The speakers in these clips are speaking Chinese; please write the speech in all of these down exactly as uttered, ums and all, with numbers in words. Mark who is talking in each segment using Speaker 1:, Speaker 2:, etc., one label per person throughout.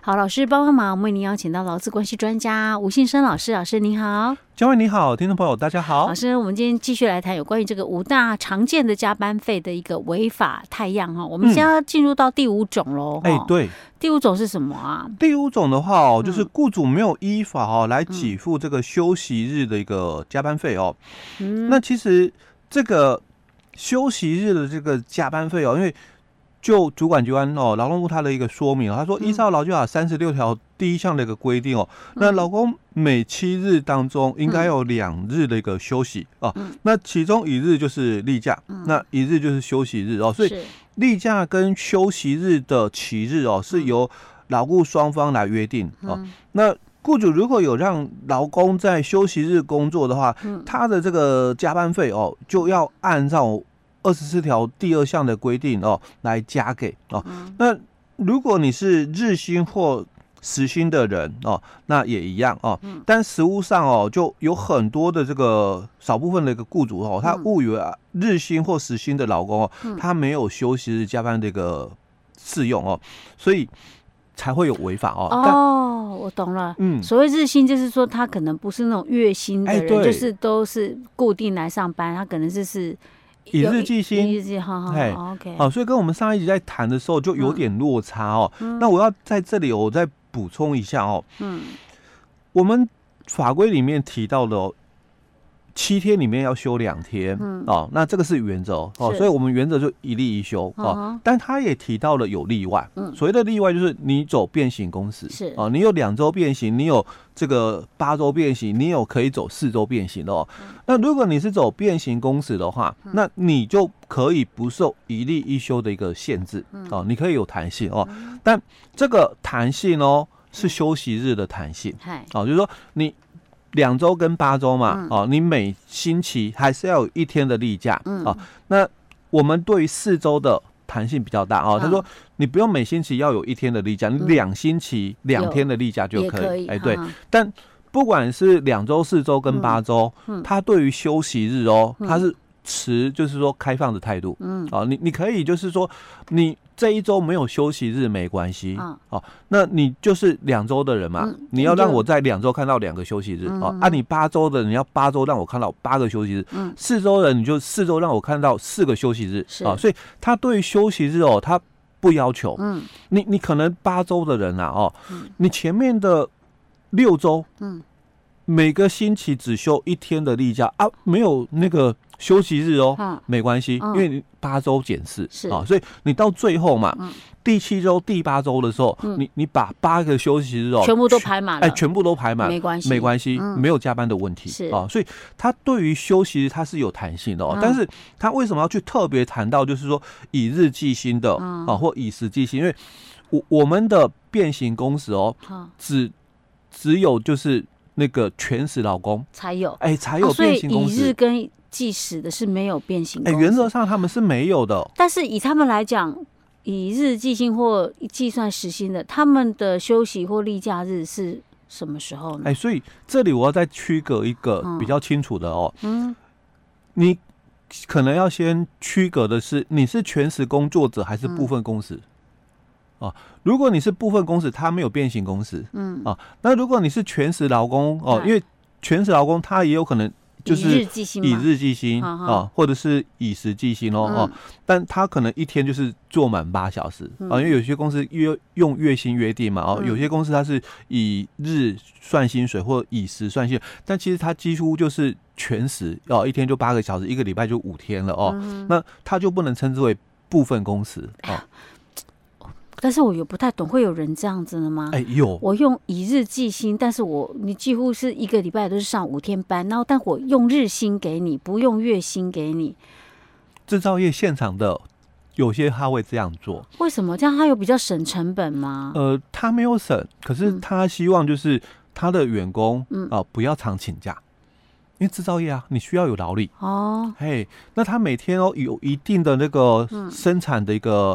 Speaker 1: 好，老师帮帮忙，我们为您邀请到劳资关系专家吴信生老师。老师您好。
Speaker 2: 嘉惠你好，听众朋友大家好。
Speaker 1: 老师，我们今天继续来谈有关于这个五大常见的加班费的一个违法态样哈。我们现在要进入到第五种喽。
Speaker 2: 哎、嗯欸，对，
Speaker 1: 第五种是什么啊？
Speaker 2: 第五种的话哦，就是雇主没有依法哦来给付这个休息日的一个加班费哦。嗯，那其实这个休息日的这个加班费哦，因为就主管机关哦，劳动部他的一个说明，他说依照劳基法三十六条第一项的一个规定哦，嗯、那劳工每七日当中应该有两日的一个休息哦，嗯、那其中一日就是例假，嗯、那一日就是休息日哦，所以例假跟休息日的起日哦是由劳雇双方来约定哦。嗯、那雇主如果有让劳工在休息日工作的话，嗯、他的这个加班费哦就要按照二十四条第二项的规定哦，来加给哦。嗯、那如果你是日薪或时薪的人哦，那也一样哦。嗯、但实务上哦，就有很多的这个少部分的一个雇主哦，他误以为日薪或时薪的劳工哦，嗯、他没有休息日加班的一个适用哦，所以才会有违法哦。
Speaker 1: 哦，我懂了。嗯，所谓日薪就是说他可能不是那种月薪的人，欸、就是都是固定来上班，他可能就是
Speaker 2: 以日计薪，
Speaker 1: 以日计，好好好 ，OK，
Speaker 2: 好，所以跟我们上一集在谈的时候就有点落差哦。嗯、那我要在这里我再补充一下哦。嗯，我们法规里面提到的哦，七天里面要休两天，嗯、哦，那这个是原则哦，所以我们原则就一例一休哦。嗯、但他也提到了有例外，嗯、所谓的例外就是你走变形工时，是哦，你有两周变形，你有这个八周变形，你有可以走四周变形的哦。嗯、那如果你是走变形工时的话，嗯、那你就可以不受一例一休的一个限制，嗯、哦，你可以有弹性哦。嗯、但这个弹性哦是休息日的弹性，嗯、哦，就是说你两周跟八周嘛，嗯、哦，你每星期还是要有一天的例假，嗯、哦，那我们对于四周的弹性比较大哦。嗯、他说你不用每星期要有一天的例假，嗯、你两星期两天的例假就可以，哎，对。嗯、但不管是两周、四周跟八周，嗯、他对于休息日哦，他、嗯、是持就是说开放的态度，嗯，哦，你你可以就是说你这一周没有休息日没关系，嗯、哦，那你就是两周的人嘛，嗯、你要让我在两周看到两个休息日，嗯、哦，啊，你八周的你要八周让我看到八个休息日，嗯，四周的你就四周让我看到四个休息日，啊、哦，所以他对于休息日哦，他不要求，嗯，你你可能八周的人啊，哦，嗯、你前面的六周，嗯，每个星期只休一天的例假啊，没有那个休息日哦，嗯、没关系，嗯、因为你八周减四啊，所以你到最后嘛，嗯、第七周、第八周的时候，嗯、你你把八个休息日哦，
Speaker 1: 全部都排满了，
Speaker 2: 哎，全部都排满，
Speaker 1: 没关系，
Speaker 2: 没关系，嗯、没有加班的问题，是啊，所以他对于休息日他是有弹性的哦，嗯、但是他为什么要去特别谈到就是说以日计薪的、嗯、啊，或以时计薪？因为我我们的变形工时哦，嗯、只只有就是那个全时劳工
Speaker 1: 才有，
Speaker 2: 哎，才有变形工时，
Speaker 1: 所以以日跟计时的是没有变形工时，
Speaker 2: 哎，原则上他们是没有的。
Speaker 1: 但是以他们来讲，以日计薪或计算时薪的，他们的休息或例假日是什么时候呢？
Speaker 2: 哎，所以这里我要再区隔一个比较清楚的哦，嗯，你可能要先区隔的是你是全时工作者还是部分工时。嗯哦，如果你是部分工时，他没有变形工时，嗯啊、哦，那如果你是全时劳工哦，因为全时劳工他也有可能就是以日计薪，以日计薪啊、哦，或者是以时计薪哦、嗯、哦，但他可能一天就是做满八小时啊、嗯，因为有些公司约用月薪约定嘛，哦，嗯、有些公司它是以日算薪水或以时算薪，但其实它几乎就是全时哦，一天就八个小时，一个礼拜就五天了哦，嗯、那它就不能称之为部分工时哦。
Speaker 1: 但是我又不太懂，会有人这样子的吗？
Speaker 2: 哎，有。
Speaker 1: 我用以日计薪，但是我你几乎是一个礼拜都是上五天班，然后但我用日薪给你，不用月薪给你。
Speaker 2: 制造业现场的有些他会这样做，
Speaker 1: 为什么这样？他有比较省成本吗？
Speaker 2: 呃，他没有省，可是他希望就是他的员工啊、嗯呃、不要常请假。因为制造业啊，你需要有劳力哦，嘿，那他每天哦有一定的那个生产的一个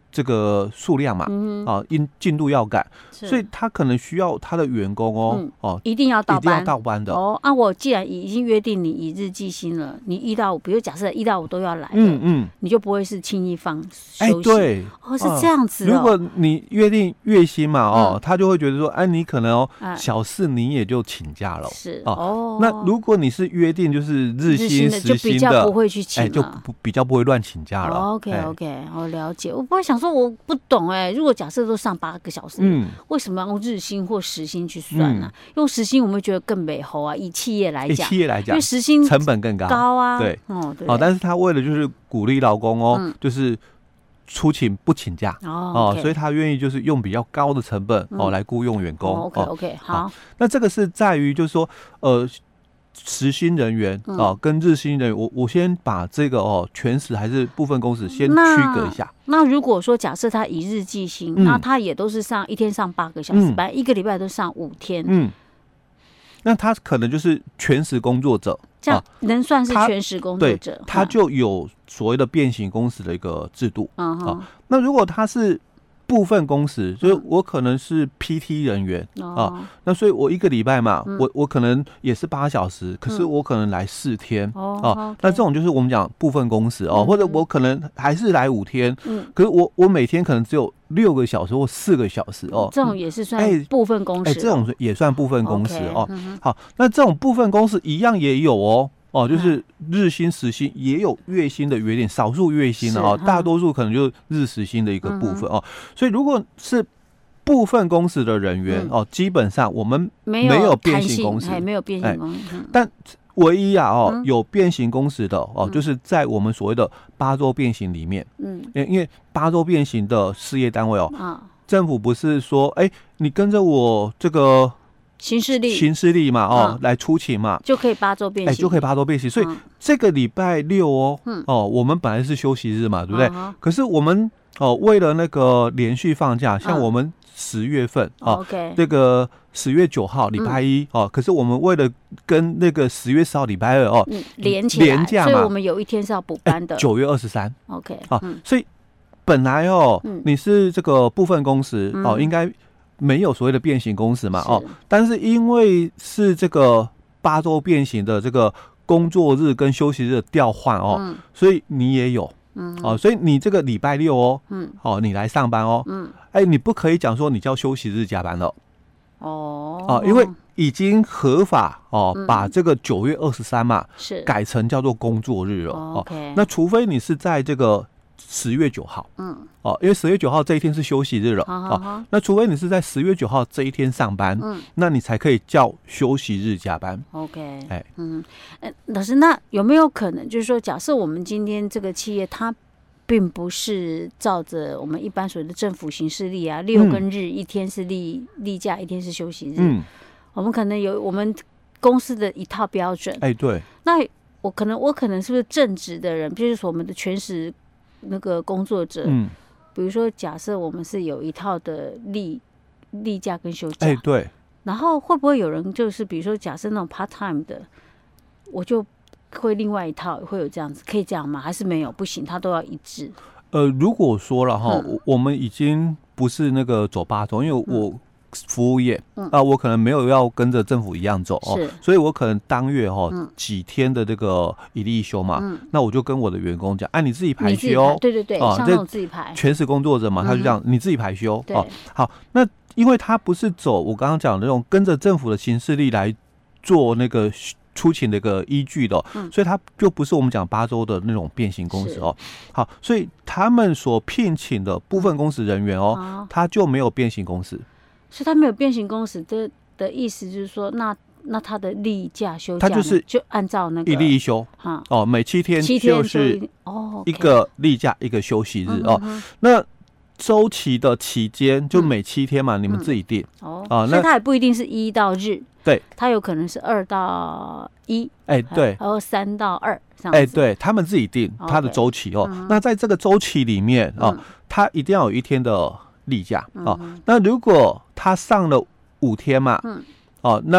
Speaker 2: 这个数量嘛，嗯、啊，因进度要赶，所以他可能需要他的员工哦，嗯、哦，
Speaker 1: 一定要到班，
Speaker 2: 一定要到班的
Speaker 1: 哦。啊，我既然已经约定你以日计薪了，你一到五，比如假设一到五都要来的，嗯嗯，你就不会是轻易放休息。哎，
Speaker 2: 对，
Speaker 1: 哦，是这样子、哦
Speaker 2: 嗯。如果你约定月薪嘛，哦，嗯、他就会觉得说，哎，你可能哦，啊、小事你也就请假了，
Speaker 1: 是
Speaker 2: 哦。哦那如果你是约定就是日薪时薪的，
Speaker 1: 就比较不会去请、啊，
Speaker 2: 哎，就不比较不会乱请假了。
Speaker 1: 哦、OK OK， 我了解。我不会想说我不懂哎、欸，如果假设都上八个小时，嗯，为什么要用日薪或时薪去算呢、啊嗯？用时薪我们觉得更美猴啊，以企业来讲，
Speaker 2: 企业来讲，
Speaker 1: 因为时薪
Speaker 2: 成本更高
Speaker 1: 高啊，
Speaker 2: 对，
Speaker 1: 哦对，
Speaker 2: 哦，但是他为了就是鼓励劳工哦，嗯、就是出请不请假
Speaker 1: 哦，
Speaker 2: okay 哦，所以他愿意就是用比较高的成本、嗯、哦来雇佣员工。
Speaker 1: 哦、OK OK 好、
Speaker 2: 哦，那这个是在于就是说呃。时薪人员、嗯、哦，跟日薪人员，我我先把这个哦全时还是部分工时先区隔一下。
Speaker 1: 那如果说假设他一日计薪、嗯，那他也都是上一天上八个小时班、嗯，一个礼拜都上五天，嗯，
Speaker 2: 那他可能就是全时工作者，
Speaker 1: 这样能算是全时工作者，
Speaker 2: 他就有所谓的变形工时的一个制度。嗯、哦，那如果他是部分工时，就是我可能是 P T 人员、嗯、啊，那所以我一个礼拜嘛，嗯、我我可能也是八小时，可是我可能来四天、嗯、啊、哦，那这种就是我们讲部分工时哦、嗯，或者我可能还是来五天，嗯，可是我我每天可能只有六个小时或四个小时哦，
Speaker 1: 这种也是算部分工时，哎、
Speaker 2: 欸欸，这种也算部分工时哦。Okay, 嗯、好，那这种部分工时一样也有哦。哦，就是日薪、时薪也有月薪的约定，少数月薪的哦，大多数可能就是日时薪的一个部分、嗯、哦。所以如果是部分工时的人员、嗯、哦，基本上我们没有变形工时，
Speaker 1: 没有变形工时、嗯，
Speaker 2: 但唯一啊哦、嗯、有变形工时的哦、嗯，就是在我们所谓的八周变形里面，嗯，因为八周变形的事业单位哦，啊、政府不是说，哎、欸，你跟着我这个。
Speaker 1: 行事历，
Speaker 2: 行事历嘛，哦，嗯、来出勤嘛，
Speaker 1: 就可以八周变形，
Speaker 2: 哎、欸，就可以八周变形。所以、嗯、这个礼拜六哦，嗯、哦，我们本来是休息日嘛，对不对？嗯、可是我们哦，为了那个连续放假，像我们十月份、嗯、哦，这、okay 个十月九号礼拜一、嗯、哦，可是我们为了跟那个十月十号礼拜二哦、
Speaker 1: 嗯、连起来，连假嘛，所以我们有一天是要补班的。
Speaker 2: 九、欸、月二十三
Speaker 1: ，OK，
Speaker 2: 好、嗯，所以本来哦，嗯、你是这个部分工时、嗯、哦，应该。没有所谓的变形工时嘛，哦，但是因为是这个八周变形的这个工作日跟休息日的调换哦、嗯，所以你也有，嗯，哦，所以你这个礼拜六哦，嗯，哦，你来上班哦，嗯，哎，你不可以讲说你叫休息日加班了，哦，哦，因为已经合法哦，嗯、把这个九月二十三嘛，是改成叫做工作日了，哦，
Speaker 1: okay
Speaker 2: 那除非你是在这个。十月九号，嗯，哦，因为十月九號這一天是休息日了，好好好哦，那除非你是在十月九號這一天上班，嗯，那你才可以叫休息日加班。
Speaker 1: OK， 哎，嗯，呃，老師，那有沒有可能，就是說，假設我們今天這個企業，它並不是照着我們一般所謂的政府行事曆啊，六跟日，一天是例例假，一天是休息日，嗯，我們可能有我們公司的一套標準，
Speaker 2: 哎，對，
Speaker 1: 那我可能我可能是不是正職的人，比如說我們的全時那個工作者，嗯，比如說假設我們是有一套的例例假跟休假，
Speaker 2: 哎，對，
Speaker 1: 然後會不會有人就是比如說假設那種 part time 的，我就會另外一套會有這樣子，可以這樣嗎？還是沒有？不行，它都要一致。
Speaker 2: 呃，如果說了哈，嗯、我們已經不是那個走八周，因為我。嗯服務業啊、嗯呃，我可能沒有要跟着政府一樣走哦，所以我可能當月哈、哦嗯、幾天的這個一例一休嘛、嗯，那我就跟我的員工講，哎、啊，你自己排休，
Speaker 1: 排對對對，啊，像那種自己排，
Speaker 2: 全時工作者嘛，他就這樣，嗯、你自己排休哦。好，那因為他不是走我剛剛講的那種跟着政府的行事曆來做那個出勤的一個依據的、哦嗯，所以他就不是我們講八周的那種變形工時哦。好，所以他們所聘請的部分工時人員哦，嗯、他就沒有變形工時。
Speaker 1: 所以他沒有變形工時的的意思，就是說，那那他的例假休假，他就是就按照那個
Speaker 2: 一例一休，哈哦，每七天就是哦一個例假一個休息日哦。那週期的期間就每七天嘛，你們自己定
Speaker 1: 哦。啊，所以他也不一定是一到日，
Speaker 2: 對，
Speaker 1: 他有可能是二到一，
Speaker 2: 哎對，
Speaker 1: 然後三到二，
Speaker 2: 哎對，他們自己定他的週期哦。那在這個週期裡面哦，他一定要有一天的例假哦、嗯，那如果他上了五天嘛，嗯、哦，那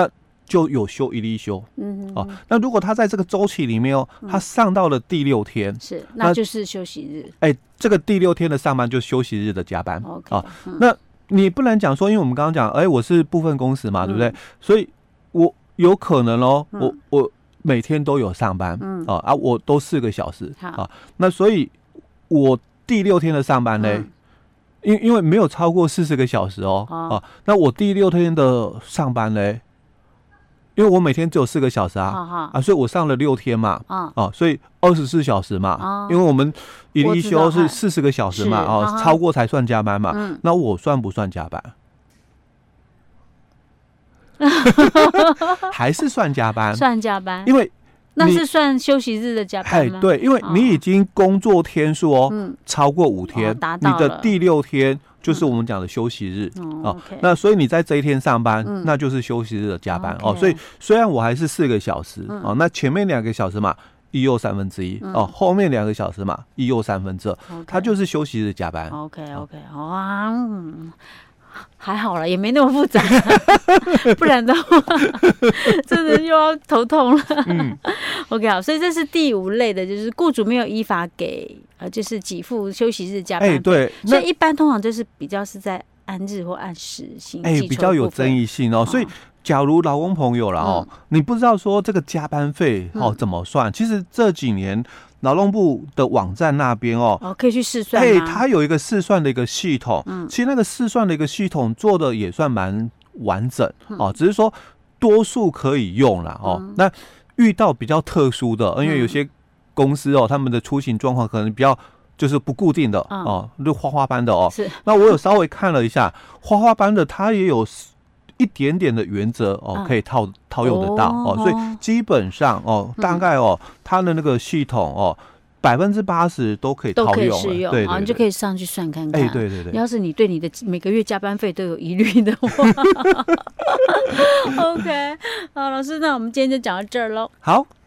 Speaker 2: 就有休一例休。
Speaker 1: 嗯
Speaker 2: 哦，那如果他在这个周期里面哦，他上到了第六天，
Speaker 1: 是，那就是休息日。
Speaker 2: 哎，这个第六天的上班就是休息日的加班。
Speaker 1: OK，
Speaker 2: 啊，那你不能讲说，因为我们刚刚讲，哎，我是部分工时嘛，对不对？所以我有可能哦，我我每天都有上班，啊啊，我都四个小时啊，那所以我第六天的上班呢？因因为没有超过四十个小时哦，啊，那我第六天的上班嘞，因为我每天只有四个小时啊，啊，所以我上了六天嘛，啊，所以二十四小时嘛，因为我们一例一休是四十个小时嘛，哦，超过才算加班嘛，那我算不算加班？还是算加班？
Speaker 1: 算加班，
Speaker 2: 因为。
Speaker 1: 那是算休息日的加班吗？
Speaker 2: 对，因为你已经工作天数哦，嗯、超过五天，哦、你的第六天就是我们讲的休息日、嗯、哦。Okay、那所以你在这一天上班，嗯、那就是休息日的加班、嗯、哦。所以虽然我还是四个小时、嗯、哦，那前面两个小时嘛，一又三分之一、嗯、哦，后面两个小时嘛，一又三分之二， okay、它就是休息日加班。
Speaker 1: OK OK， 哇、哦。嗯还好了，也没那么复杂，不然的话，真的又要头痛了。嗯，OK， 好，所以这是第五类的，就是雇主没有依法给呃，就是给付休息日加班费。哎，
Speaker 2: 对，
Speaker 1: 所以一般通常就是比较是在按日或按时薪，哎，
Speaker 2: 比较有争议性哦。所以，假如劳工朋友了哦，嗯、你不知道说这个加班费哦怎么算，嗯、其实这几年。劳动部的网站那边哦，
Speaker 1: 哦，可以去试算。
Speaker 2: 哎，它有一个试算的一个系统，嗯，其实那个试算的一个系统做的也算蛮完整、嗯、哦，只是说多数可以用啦哦。嗯、那遇到比较特殊的，因为有些公司哦，他们的出勤状况可能比较就是不固定的、嗯、哦，就花花班的哦。是。那我有稍微看了一下，花花班的它也有。一点点的原则哦，可以套、嗯、套用得到 哦, 哦，所以基本上哦，大概哦，它的那个系统哦，百分之八十都可以套用了，都可以
Speaker 1: 适用，对, 对, 对，你就可以上去算看看。
Speaker 2: 哎，对对对，
Speaker 1: 要是你对你的每个月加班费都有疑虑的话，OK， 好，老师，那我们今天就讲到这儿喽。
Speaker 2: 好。